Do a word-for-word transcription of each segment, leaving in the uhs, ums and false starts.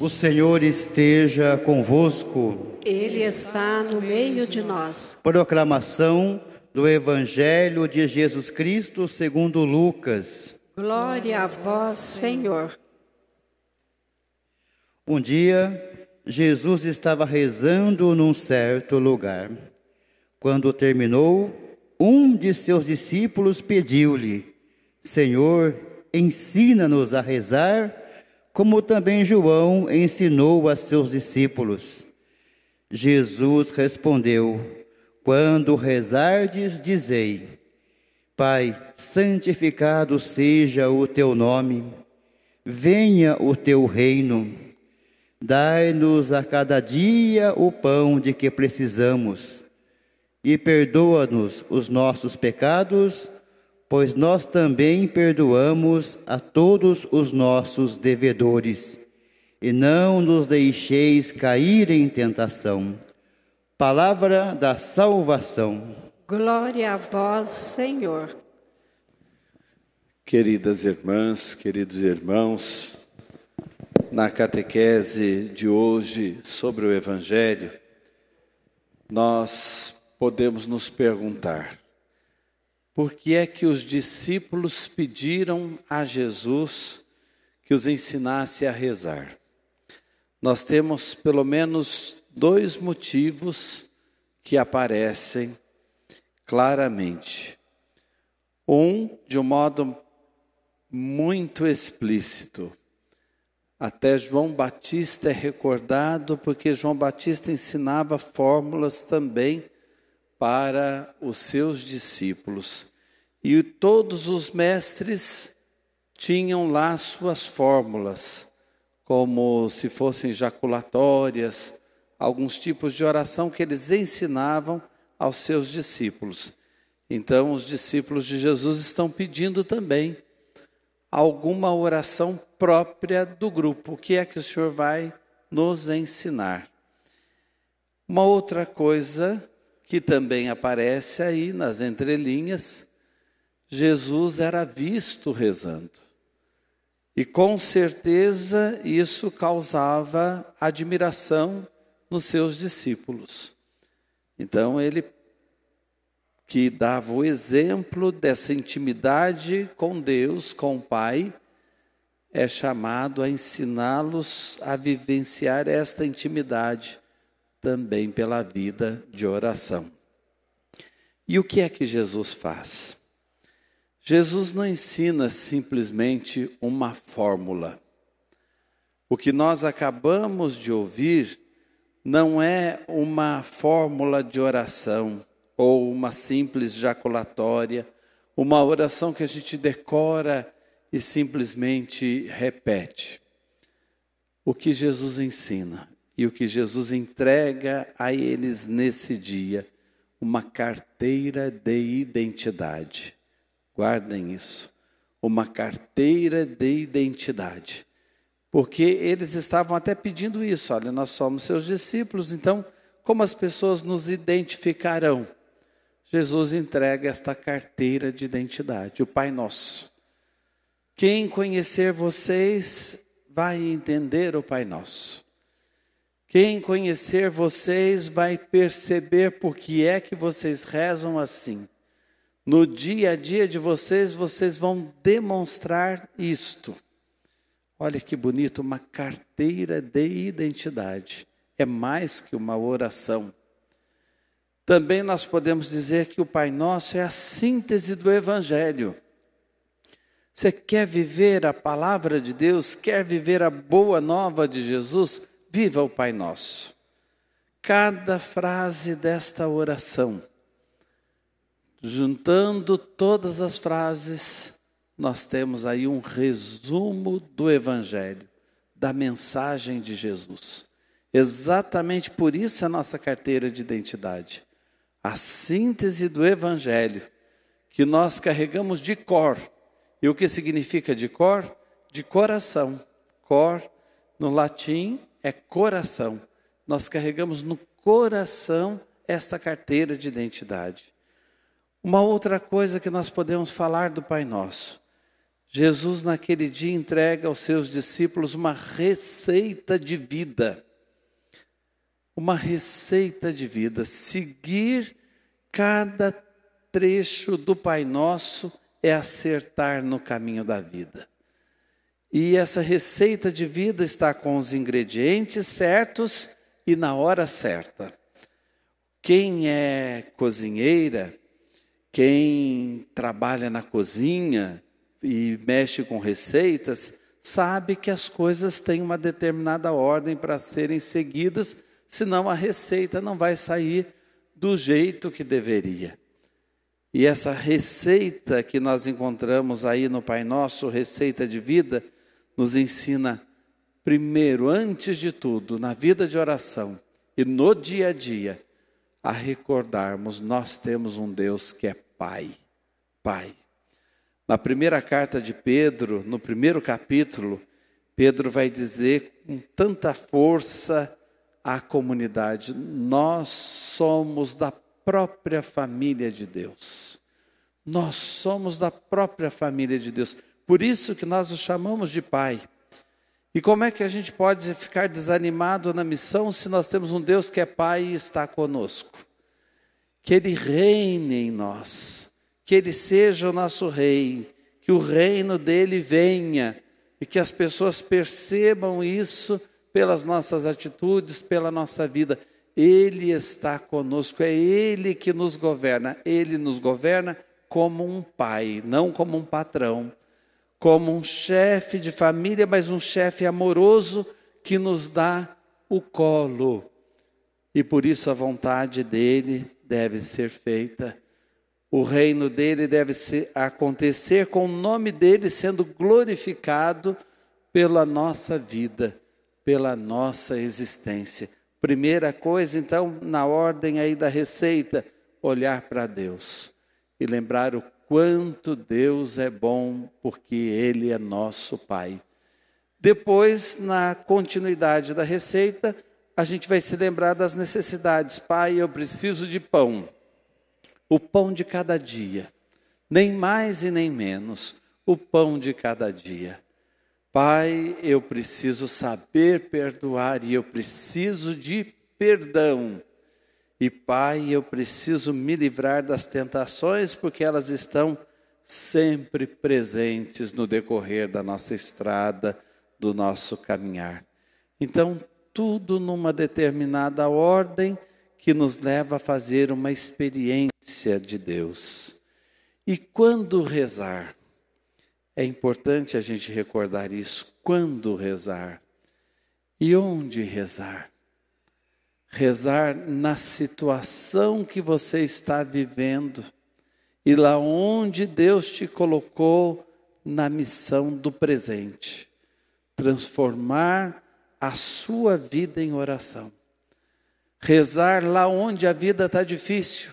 O Senhor esteja convosco. Ele está no meio de nós. Proclamação do Evangelho de Jesus Cristo segundo Lucas. Glória a vós, Senhor. Um dia, Jesus estava rezando num certo lugar. Quando terminou, um de seus discípulos pediu-lhe: Senhor, ensina-nos a rezar, como também João ensinou a seus discípulos. Jesus respondeu: Quando rezardes, dizei: Pai, santificado seja o teu nome, venha o teu reino. Dai-nos a cada dia o pão de que precisamos, e perdoa-nos os nossos pecados, pois nós também perdoamos a todos os nossos devedores. E não nos deixeis cair em tentação. Palavra da salvação. Glória a vós, Senhor. Queridas irmãs, queridos irmãos, na catequese de hoje sobre o Evangelho, nós podemos nos perguntar: por que é que os discípulos pediram a Jesus que os ensinasse a rezar? Nós temos pelo menos dois motivos que aparecem claramente. Um, de um modo muito explícito. Até João Batista é recordado porque João Batista ensinava fórmulas também para os seus discípulos. E todos os mestres tinham lá suas fórmulas, como se fossem jaculatórias, alguns tipos de oração que eles ensinavam aos seus discípulos. Então, os discípulos de Jesus estão pedindo também alguma oração própria do grupo. O que é que o Senhor vai nos ensinar? Uma outra coisa que também aparece aí nas entrelinhas: Jesus era visto rezando. E com certeza isso causava admiração nos seus discípulos. Então ele, que dava o exemplo dessa intimidade com Deus, com o Pai, é chamado a ensiná-los a vivenciar esta intimidade também pela vida de oração. E o que é que Jesus faz? Jesus não ensina simplesmente uma fórmula. O que nós acabamos de ouvir não é uma fórmula de oração ou uma simples jaculatória, uma oração que a gente decora e simplesmente repete. O que Jesus ensina e o que Jesus entrega a eles nesse dia, uma carteira de identidade. Guardem isso, uma carteira de identidade. Porque eles estavam até pedindo isso: olha, nós somos seus discípulos, então como as pessoas nos identificarão? Jesus entrega esta carteira de identidade, o Pai Nosso. Quem conhecer vocês vai entender o Pai Nosso. Quem conhecer vocês vai perceber por que é que vocês rezam assim. No dia a dia de vocês, vocês vão demonstrar isto. Olha que bonito, uma carteira de identidade. É mais que uma oração. Também nós podemos dizer que o Pai Nosso é a síntese do Evangelho. Você quer viver a palavra de Deus? Quer viver a boa nova de Jesus? Viva o Pai Nosso. Cada frase desta oração, juntando todas as frases, nós temos aí um resumo do Evangelho, da mensagem de Jesus. Exatamente por isso é a nossa carteira de identidade. A síntese do Evangelho, que nós carregamos de cor. E o que significa de cor? De coração. Cor, no latim, é coração. Nós carregamos no coração esta carteira de identidade. Uma outra coisa que nós podemos falar do Pai Nosso: Jesus naquele dia entrega aos seus discípulos uma receita de vida. Uma receita de vida. Seguir cada trecho do Pai Nosso é acertar no caminho da vida. E essa receita de vida está com os ingredientes certos e na hora certa. Quem é cozinheira, quem trabalha na cozinha e mexe com receitas, sabe que as coisas têm uma determinada ordem para serem seguidas, senão a receita não vai sair do jeito que deveria. E essa receita que nós encontramos aí no Pai Nosso, receita de vida, nos ensina, primeiro, antes de tudo, na vida de oração e no dia a dia, a recordarmos, nós temos um Deus que é Pai. Pai. Na primeira carta de Pedro, no primeiro capítulo, Pedro vai dizer com tanta força à comunidade, nós somos da própria família de Deus. Nós somos da própria família de Deus. Por isso que nós o chamamos de Pai. E como é que a gente pode ficar desanimado na missão se nós temos um Deus que é Pai e está conosco? Que Ele reine em nós, que Ele seja o nosso Rei, que o reino dEle venha e que as pessoas percebam isso pelas nossas atitudes, pela nossa vida. Ele está conosco, é Ele que nos governa. Ele nos governa como um pai, não como um patrão, como um chefe de família, mas um chefe amoroso que nos dá o colo. E por isso a vontade dEle deve ser feita. O reino dEle deve ser, acontecer com o nome dEle sendo glorificado pela nossa vida, pela nossa existência. Primeira coisa, então, na ordem aí da receita, olhar para Deus e lembrar o quanto Deus é bom, porque Ele é nosso Pai. Depois, na continuidade da receita, a gente vai se lembrar das necessidades. Pai, eu preciso de pão. O pão de cada dia. Nem mais e nem menos. O pão de cada dia. Pai, eu preciso saber perdoar e eu preciso de perdão. E Pai, eu preciso me livrar das tentações porque elas estão sempre presentes no decorrer da nossa estrada, do nosso caminhar. Então, tudo numa determinada ordem que nos leva a fazer uma experiência de Deus. E quando rezar? É importante a gente recordar isso. Quando rezar? E onde rezar? Rezar na situação que você está vivendo e lá onde Deus te colocou na missão do presente. Transformar a sua vida em oração. Rezar lá onde a vida está difícil.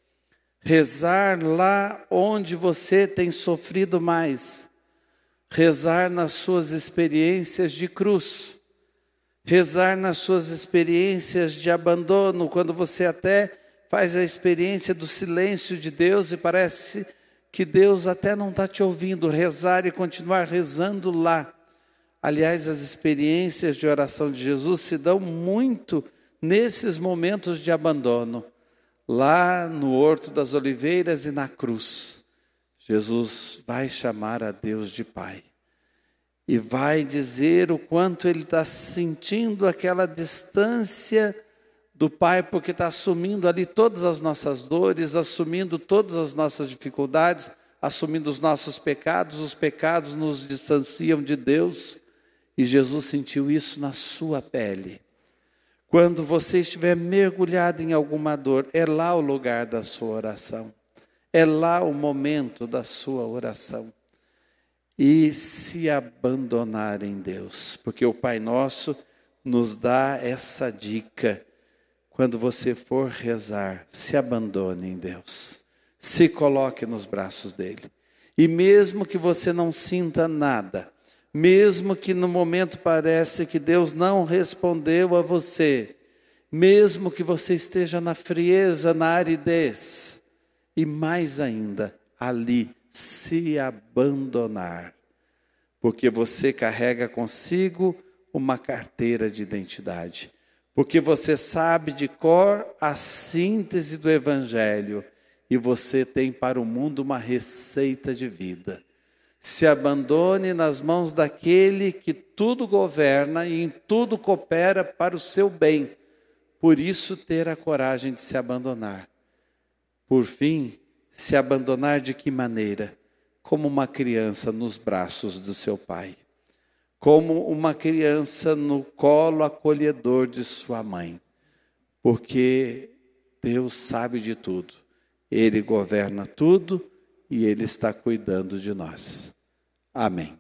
Rezar lá onde você tem sofrido mais. Rezar nas suas experiências de cruz. Rezar nas suas experiências de abandono, quando você até faz a experiência do silêncio de Deus e parece que Deus até não está te ouvindo. Rezar e continuar rezando lá. Aliás, as experiências de oração de Jesus se dão muito nesses momentos de abandono. Lá no Horto das Oliveiras e na cruz, Jesus vai chamar a Deus de Pai. E vai dizer o quanto Ele está sentindo aquela distância do Pai, porque está assumindo ali todas as nossas dores, assumindo todas as nossas dificuldades, assumindo os nossos pecados. Os pecados nos distanciam de Deus. E Jesus sentiu isso na sua pele. Quando você estiver mergulhado em alguma dor, é lá o lugar da sua oração. É lá o momento da sua oração. E se abandonar em Deus. Porque o Pai Nosso nos dá essa dica. Quando você for rezar, se abandone em Deus. Se coloque nos braços dEle. E mesmo que você não sinta nada, mesmo que no momento pareça que Deus não respondeu a você, mesmo que você esteja na frieza, na aridez, e mais ainda, ali, se abandonar. porque você carrega consigo uma carteira de identidade, porque você sabe de cor a síntese do Evangelho e você tem para o mundo uma receita de vida. Se abandone nas mãos daquele que tudo governa e em tudo coopera para o seu bem. Por isso, ter a coragem de se abandonar. Por fim, se abandonar de que maneira? Como uma criança nos braços do seu pai. Como uma criança no colo acolhedor de sua mãe. Porque Deus sabe de tudo. Ele governa tudo e Ele está cuidando de nós. Amém.